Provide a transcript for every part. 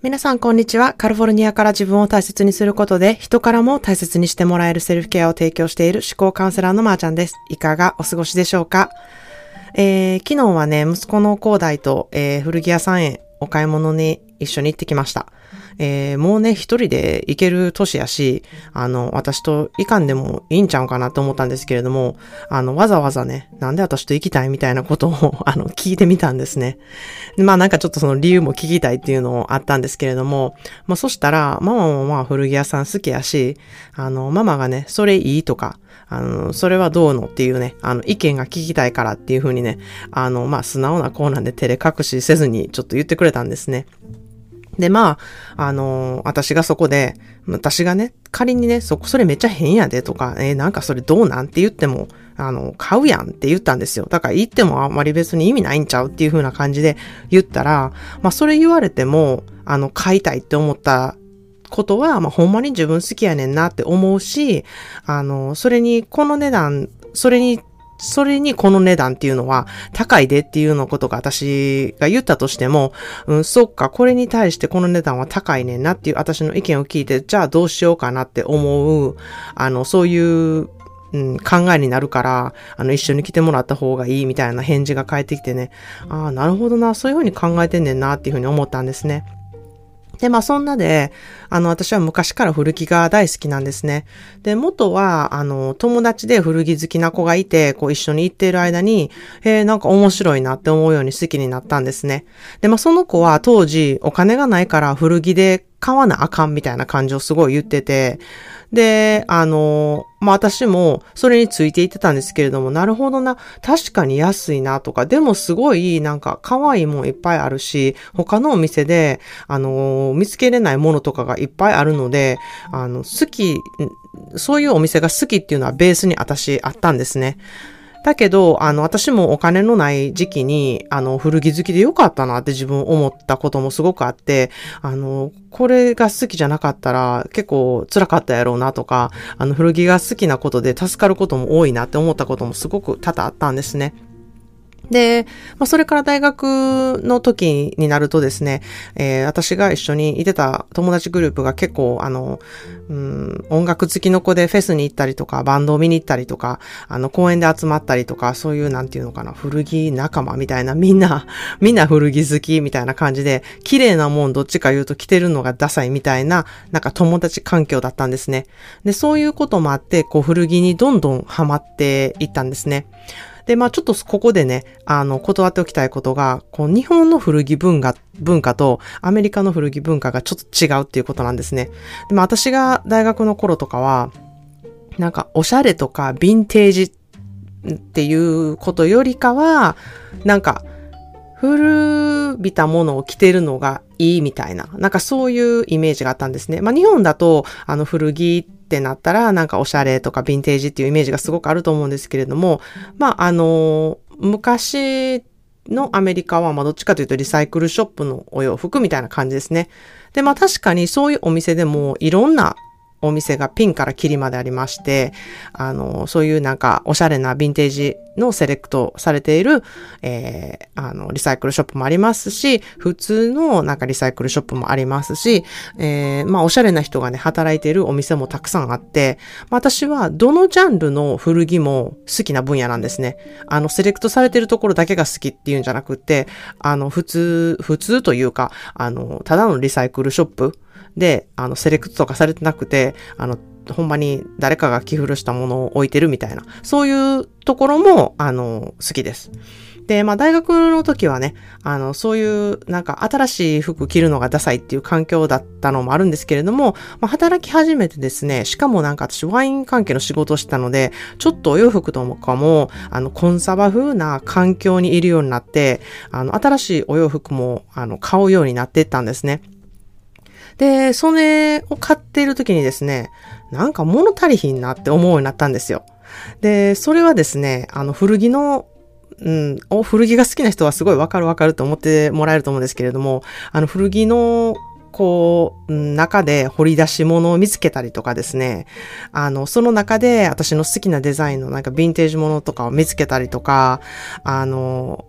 皆さんこんにちは。カリフォルニアから自分を大切にすることで人からも大切にしてもらえるセルフケアを提供している思考カウンセラーのまーちゃんです。いかがお過ごしでしょうか？昨日はね、息子の広大と、古着屋さんへお買い物に一緒に行ってきました。もうね、一人で行ける年やし、私と行かんでもいいんちゃうかなと思ったんですけれども、わざわざね、なんで私と行きたいみたいなことを、聞いてみたんですね。まあなんかちょっとその理由も聞きたいっていうのもあったんですけれども、まあそしたら、ママもまあ古着屋さん好きやし、ママがね、それいいとか、それはどうのっていうね、意見が聞きたいからっていう風にね、まあ素直な子なんで照れ隠しせずにちょっと言ってくれたんですね。で、まあ、私がそこで、私がね、仮にね、それめっちゃ変やでとか、なんかそれどうなんって言っても、買うやんって言ったんですよ。だから言ってもあんまり別に意味ないんちゃうっていう風な感じで言ったら、まあそれ言われても、買いたいって思ったことは、まあほんまに自分好きやねんなって思うし、それにこの値段、それにこの値段っていうのは高いでっていうのことが私が言ったとしても、そっか、これに対してこの値段は高いねんなっていう私の意見を聞いて、じゃあどうしようかなって思う、そういう、考えになるから、一緒に来てもらった方がいいみたいな返事が返ってきてね、ああ、なるほどな、そういうふうに考えてんねんなっていうふうに思ったんですね。で、まあそんなで、私は昔から古着が大好きなんですね。で、元は、友達で古着好きな子がいて、こう一緒に行っている間に、なんか面白いなって思うように好きになったんですね。で、まあその子は当時お金がないから古着で買わなあかんみたいな感じをすごい言ってて、で、まあ私もそれについていってたんですけれども、なるほどな、確かに安いなとか、でもすごいなんか可愛いもんいっぱいあるし、他のお店で、見つけれないものとかがいっぱいあるので、そういうお店が好きっていうのはベースに私あったんですね。だけど、私もお金のない時期に、古着好きでよかったなって自分思ったこともすごくあって、これが好きじゃなかったら結構辛かったやろうなとか、古着が好きなことで助かることも多いなって思ったこともすごく多々あったんですね。で、まあ、それから大学の時になるとですね、私が一緒にいてた友達グループが結構音楽好きの子でフェスに行ったりとか、バンドを見に行ったりとか、公園で集まったりとか、そういうなんていうのかな、古着仲間みたいな、みんな古着好きみたいな感じで、綺麗なもんどっちか言うと着てるのがダサいみたいな、なんか友達環境だったんですね。で、そういうこともあって、こう古着にどんどんハマっていったんですね。で、まあちょっとここでね、断っておきたいことが、こう日本の古着文化とアメリカの古着文化がちょっと違うっていうことなんですね。でも私が大学の頃とかは、なんかおしゃれとかヴィンテージっていうことよりかは、なんか古びたものを着てるのがいいみたいな、なんかそういうイメージがあったんですね。まあ日本だと、古着ってなったら、なんかおしゃれとかヴィンテージっていうイメージがすごくあると思うんですけれども、まあ昔のアメリカは、まあどっちかというとリサイクルショップのお洋服みたいな感じですね。で、まあ確かにそういうお店でもいろんなお店がピンからキリまでありまして、そういうなんかおしゃれなヴィンテージのセレクトされている、リサイクルショップもありますし、普通のなんかリサイクルショップもありますし、まあおしゃれな人がね、働いているお店もたくさんあって、私はどのジャンルの古着も好きな分野なんですね。セレクトされているところだけが好きっていうんじゃなくて、普通というか、ただのリサイクルショップで、セレクトとかされてなくて、ほんまに誰かが寄付したものを置いてるみたいな、そういうところも、好きです。で、まあ大学の時はね、そういうなんか新しい服着るのがダサいっていう環境だったのもあるんですけれども、まあ働き始めてですね、しかもなんか私ワイン関係の仕事をしてたので、ちょっとお洋服とかも、コンサバ風な環境にいるようになって、新しいお洋服も、買うようになっていったんですね。で、それを買っている時にですね、なんか物足りひんなって思うようになったんですよ。で、それはですね、古着の、古着が好きな人はすごいわかると思ってもらえると思うんですけれども、古着の中で掘り出し物を見つけたりとかですね、その中で私の好きなデザインのなんかヴィンテージ物とかを見つけたりとか、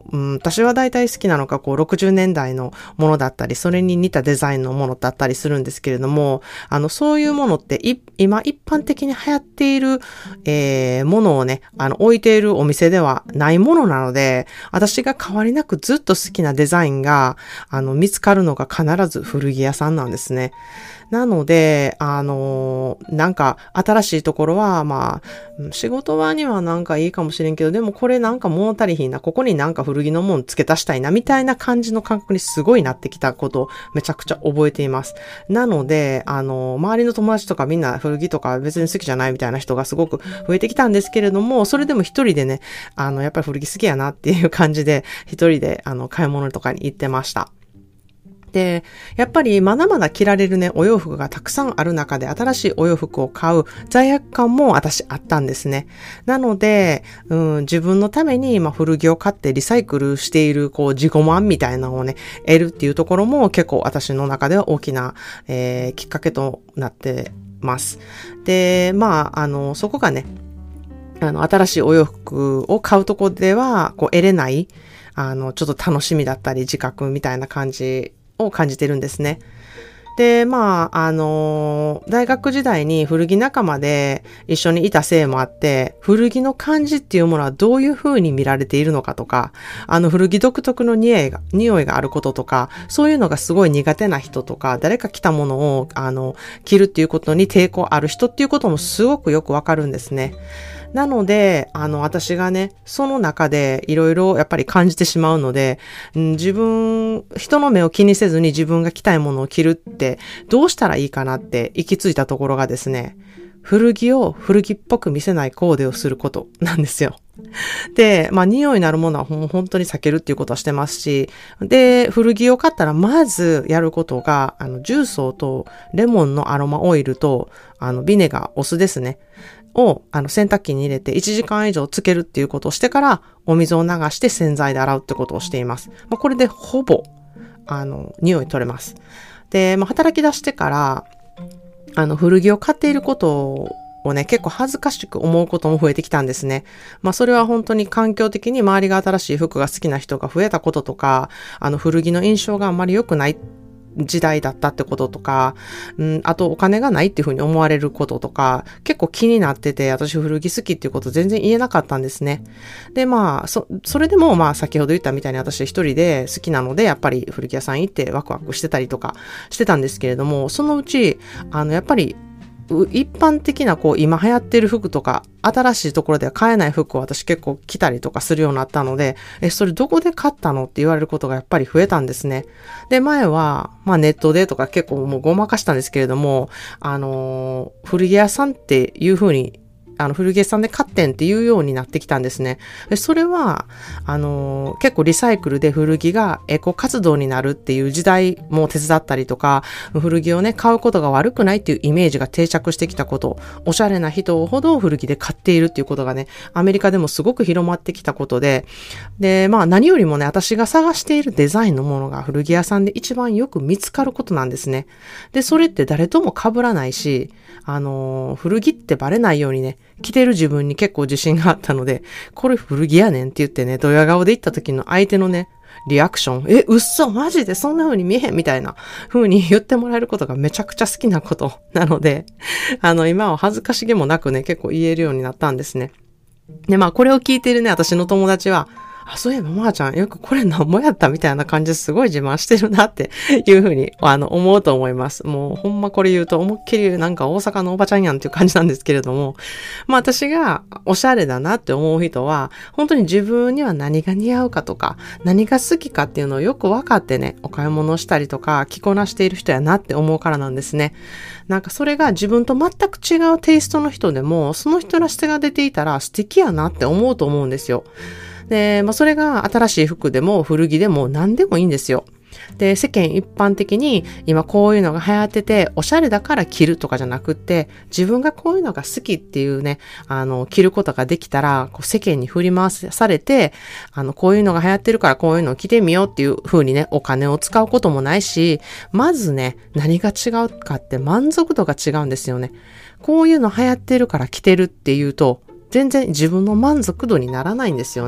私は大体好きなのが60年代のものだったり、それに似たデザインのものだったりするんですけれども、そういうものって今一般的に流行っている、ものをね、置いているお店ではないものなので、私が変わりなくずっと好きなデザインが、見つかるのが必ず古着屋さんなんですね。なので、なんか新しいところは、まあ、仕事場にはなんかいいかもしれんけど、でもこれなんか物足りひんな、ここになんか古着のもん付け足したいな、みたいな感じの感覚にすごいなってきたことをめちゃくちゃ覚えています。なので、周りの友達とかみんな古着とか別に好きじゃないみたいな人がすごく増えてきたんですけれども、それでも一人でね、やっぱり古着好きやなっていう感じで、一人で買い物とかに行ってました。で、やっぱりまだまだ着られるね、お洋服がたくさんある中で新しいお洋服を買う罪悪感も私あったんですね。なので、自分のために古着を買ってリサイクルしている自己満みたいなのをね、得るっていうところも結構私の中では大きな、きっかけとなってます。で、そこがね、新しいお洋服を買うとこでは、得れない、ちょっと楽しみだったり自覚みたいな感じを感じてるんですね。で、大学時代に古着仲間で一緒にいたせいもあって、古着の感じっていうものはどういう風に見られているのかとか、古着独特の匂いがあることとか、そういうのがすごい苦手な人とか、誰か着たものを、着るっていうことに抵抗ある人っていうこともすごくよくわかるんですね。なので、私がね、その中でいろいろやっぱり感じてしまうので、人の目を気にせずに自分が着たいものを着るってどうしたらいいかなって行き着いたところがですね、古着を古着っぽく見せないコーデをすることなんですよ。で、匂いのあるものは本当に避けるっていうことはしてますし、で、古着を買ったらまずやることが、重曹とレモンのアロマオイルと、ビネガー、お酢ですね。を洗濯機に入れて1時間以上つけるっていうことをしてからお水を流して洗剤で洗うってことをしています。これでほぼ匂い取れます。で、働き出してから古着を買っていることをね、結構恥ずかしく思うことも増えてきたんですね。それは本当に環境的に周りが新しい服が好きな人が増えたこととか、古着の印象があんまり良くない時代だったってこととか、あとお金がないっていうふうに思われることとか、結構気になってて、私古着好きっていうこと全然言えなかったんですね。で、それでも先ほど言ったみたいに私一人で好きなので、やっぱり古着屋さん行ってワクワクしてたりとかしてたんですけれども、そのうち、やっぱり一般的な今流行ってる服とか新しいところでは買えない服を私結構着たりとかするようになったので、それどこで買ったのって言われることがやっぱり増えたんですね。で、前はネットでとか結構もうごまかしたんですけれども、古着屋さんっていう風に古着屋さんで買ってんっていうようになってきたんですね。でそれは、結構リサイクルで古着がエコ活動になるっていう時代も手伝ったりとか、古着をね、買うことが悪くないっていうイメージが定着してきたこと、おしゃれな人ほど古着で買っているっていうことがね、アメリカでもすごく広まってきたことで、何よりもね、私が探しているデザインのものが古着屋さんで一番よく見つかることなんですね。で、それって誰とも被らないし、古着ってバレないようにね、着てる自分に結構自信があったので、これ古着やねんって言ってね、ドヤ顔で言った時の相手のね、リアクション、嘘マジでそんな風に見えへんみたいな風に言ってもらえることがめちゃくちゃ好きなことなので、今は恥ずかしげもなくね、結構言えるようになったんですね。で、これを聞いているね、私の友達は、そういえばまーちゃん、よくこれなんぼやったみたいな感じですごい自慢してるなっていうふうに、思うと思います。もうほんまこれ言うと思いっきりなんか大阪のおばちゃんやんっていう感じなんですけれども、私がおしゃれだなって思う人は、本当に自分には何が似合うかとか、何が好きかっていうのをよく分かってね、お買い物したりとか、着こなしている人やなって思うからなんですね。なんかそれが自分と全く違うテイストの人でも、その人らしさが出ていたら素敵やなって思うと思うんですよ。で、それが新しい服でも古着でも何でもいいんですよ。で、世間一般的に今こういうのが流行ってて、おしゃれだから着るとかじゃなくって、自分がこういうのが好きっていうね、着ることができたら、世間に振り回されて、こういうのが流行ってるからこういうのを着てみようっていう風にね、お金を使うこともないし、まずね、何が違うかって満足度が違うんですよね。こういうの流行ってるから着てるっていうと、全然自分の満足度にならないんですよね。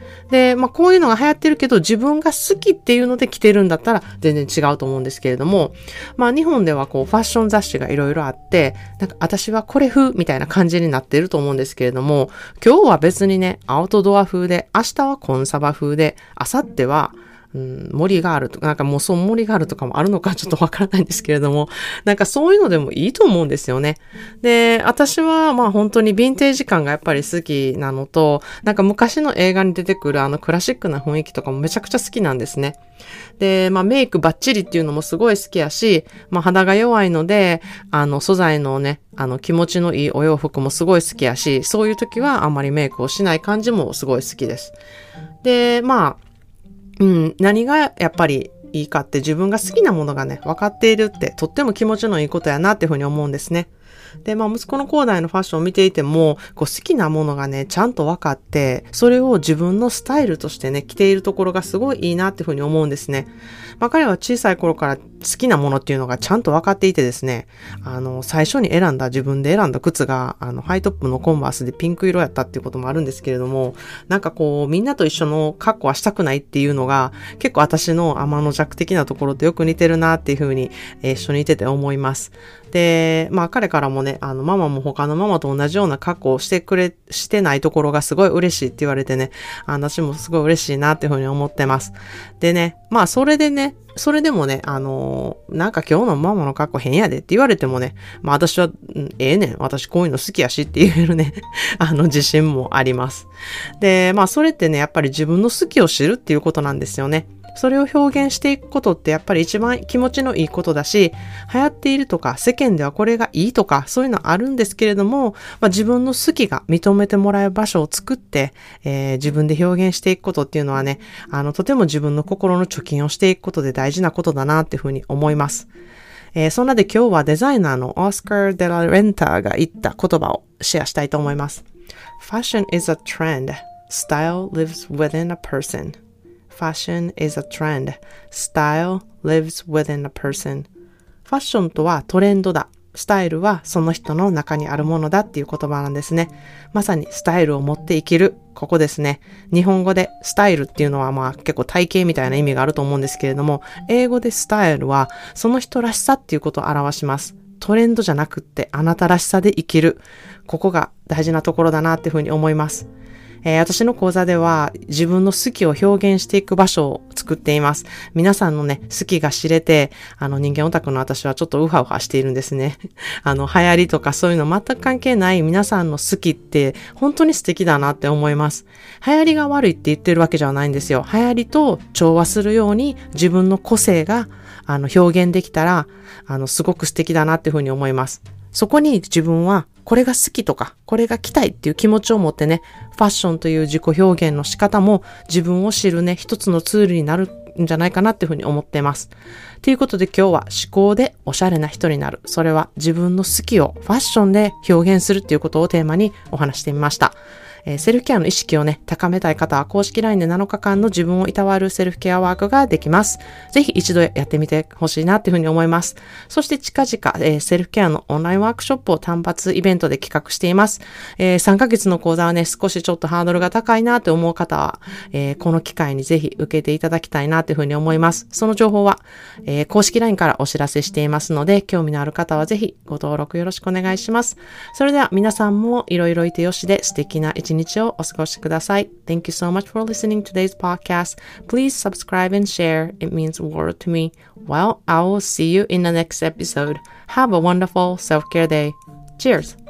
で、こういうのが流行ってるけど、自分が好きっていうので着てるんだったら全然違うと思うんですけれども、日本ではファッション雑誌がいろいろあって、私はこれ風みたいな感じになってると思うんですけれども、今日は別にね、アウトドア風で、明日はコンサバ風で、明後日は森があるとか、もうそう森があるとかもあるのかちょっとわからないんですけれども、そういうのでもいいと思うんですよね。で、私は本当にヴィンテージ感がやっぱり好きなのと、昔の映画に出てくるクラシックな雰囲気とかもめちゃくちゃ好きなんですね。で、メイクバッチリっていうのもすごい好きやし、肌が弱いので、素材のね、気持ちのいいお洋服もすごい好きやし、そういう時はあんまりメイクをしない感じもすごい好きです。で、何がやっぱりいいかって自分が好きなものがね、分かっているってとっても気持ちのいいことやなっていうふうに思うんですね。で、息子の広大のファッションを見ていても、好きなものがね、ちゃんと分かって、それを自分のスタイルとしてね、着ているところがすごいいいなっていうふうに思うんですね。彼は小さい頃から好きなものっていうのがちゃんと分かっていてですね、最初に自分で選んだ靴が、ハイトップのコンバースでピンク色やったっていうこともあるんですけれども、みんなと一緒の格好はしたくないっていうのが、結構私の天の弱的なところとよく似てるなっていうふうに、一緒にいてて思います。で、彼からもね、ママも他のママと同じような格好をしてないところがすごい嬉しいって言われてね、私もすごい嬉しいなっていうふうに思ってます。でね、それでもね、今日のママの格好変やでって言われてもね、私は、私こういうの好きやしって言えるね、自信もあります。で、それってね、やっぱり自分の好きを知るっていうことなんですよね。それを表現していくことってやっぱり一番気持ちのいいことだし、流行っているとか世間ではこれがいいとかそういうのあるんですけれども、自分の好きが認めてもらえる場所を作って、自分で表現していくことっていうのはね、とても自分の心の貯金をしていくことで大事なことだなっていうふうに思います。そんなで今日はデザイナーのオスカー・デラ・レンターが言った言葉をシェアしたいと思います。Fashion is a trend. Style lives within a person.Fashion is a trend. Style lives within a person. ファッションとはトレンドだ。スタイルはその人の中にあるものだっていう言葉なんですね。まさにスタイルを持って生きる。ここですね。日本語でスタイルっていうのは結構体型みたいな意味があると思うんですけれども、英語でスタイルはその人らしさっていうことを表します。トレンドじゃなくってあなたらしさで生きる。ここが大事なところだなっていうふうに思います。私の講座では自分の好きを表現していく場所を作っています。皆さんのね、好きが知れて、人間オタクの私はちょっとウハウハしているんですね。流行りとかそういうの全く関係ない皆さんの好きって本当に素敵だなって思います。流行りが悪いって言ってるわけじゃないんですよ。流行りと調和するように自分の個性が表現できたら、すごく素敵だなっていうふうに思います。そこに自分はこれが好きとか、これが着たいっていう気持ちを持ってね、ファッションという自己表現の仕方も自分を知るね、一つのツールになるんじゃないかなっていうふうに思っています。ということで今日は思考でおしゃれな人になる。それは自分の好きをファッションで表現するっていうことをテーマにお話してみました。セルフケアの意識をね、高めたい方は公式 LINE で7日間の自分をいたわるセルフケアワークができます。ぜひ一度やってみてほしいなっていうふうに思います。そして近々、セルフケアのオンラインワークショップを単発イベントで企画しています。3ヶ月の講座はね、少しちょっとハードルが高いなって思う方は、この機会にぜひ受けていただきたいなというふうに思います。その情報は、公式 LINE からお知らせしていますので、興味のある方はぜひご登録よろしくお願いします。それでは皆さんもいろいろいてよしで素敵な一日をお過ごしください。Thank you so much for listening to today's podcast. Please subscribe and share. It means a world to me. Well, I will see you in the next episode. Have a wonderful self-care day. Cheers!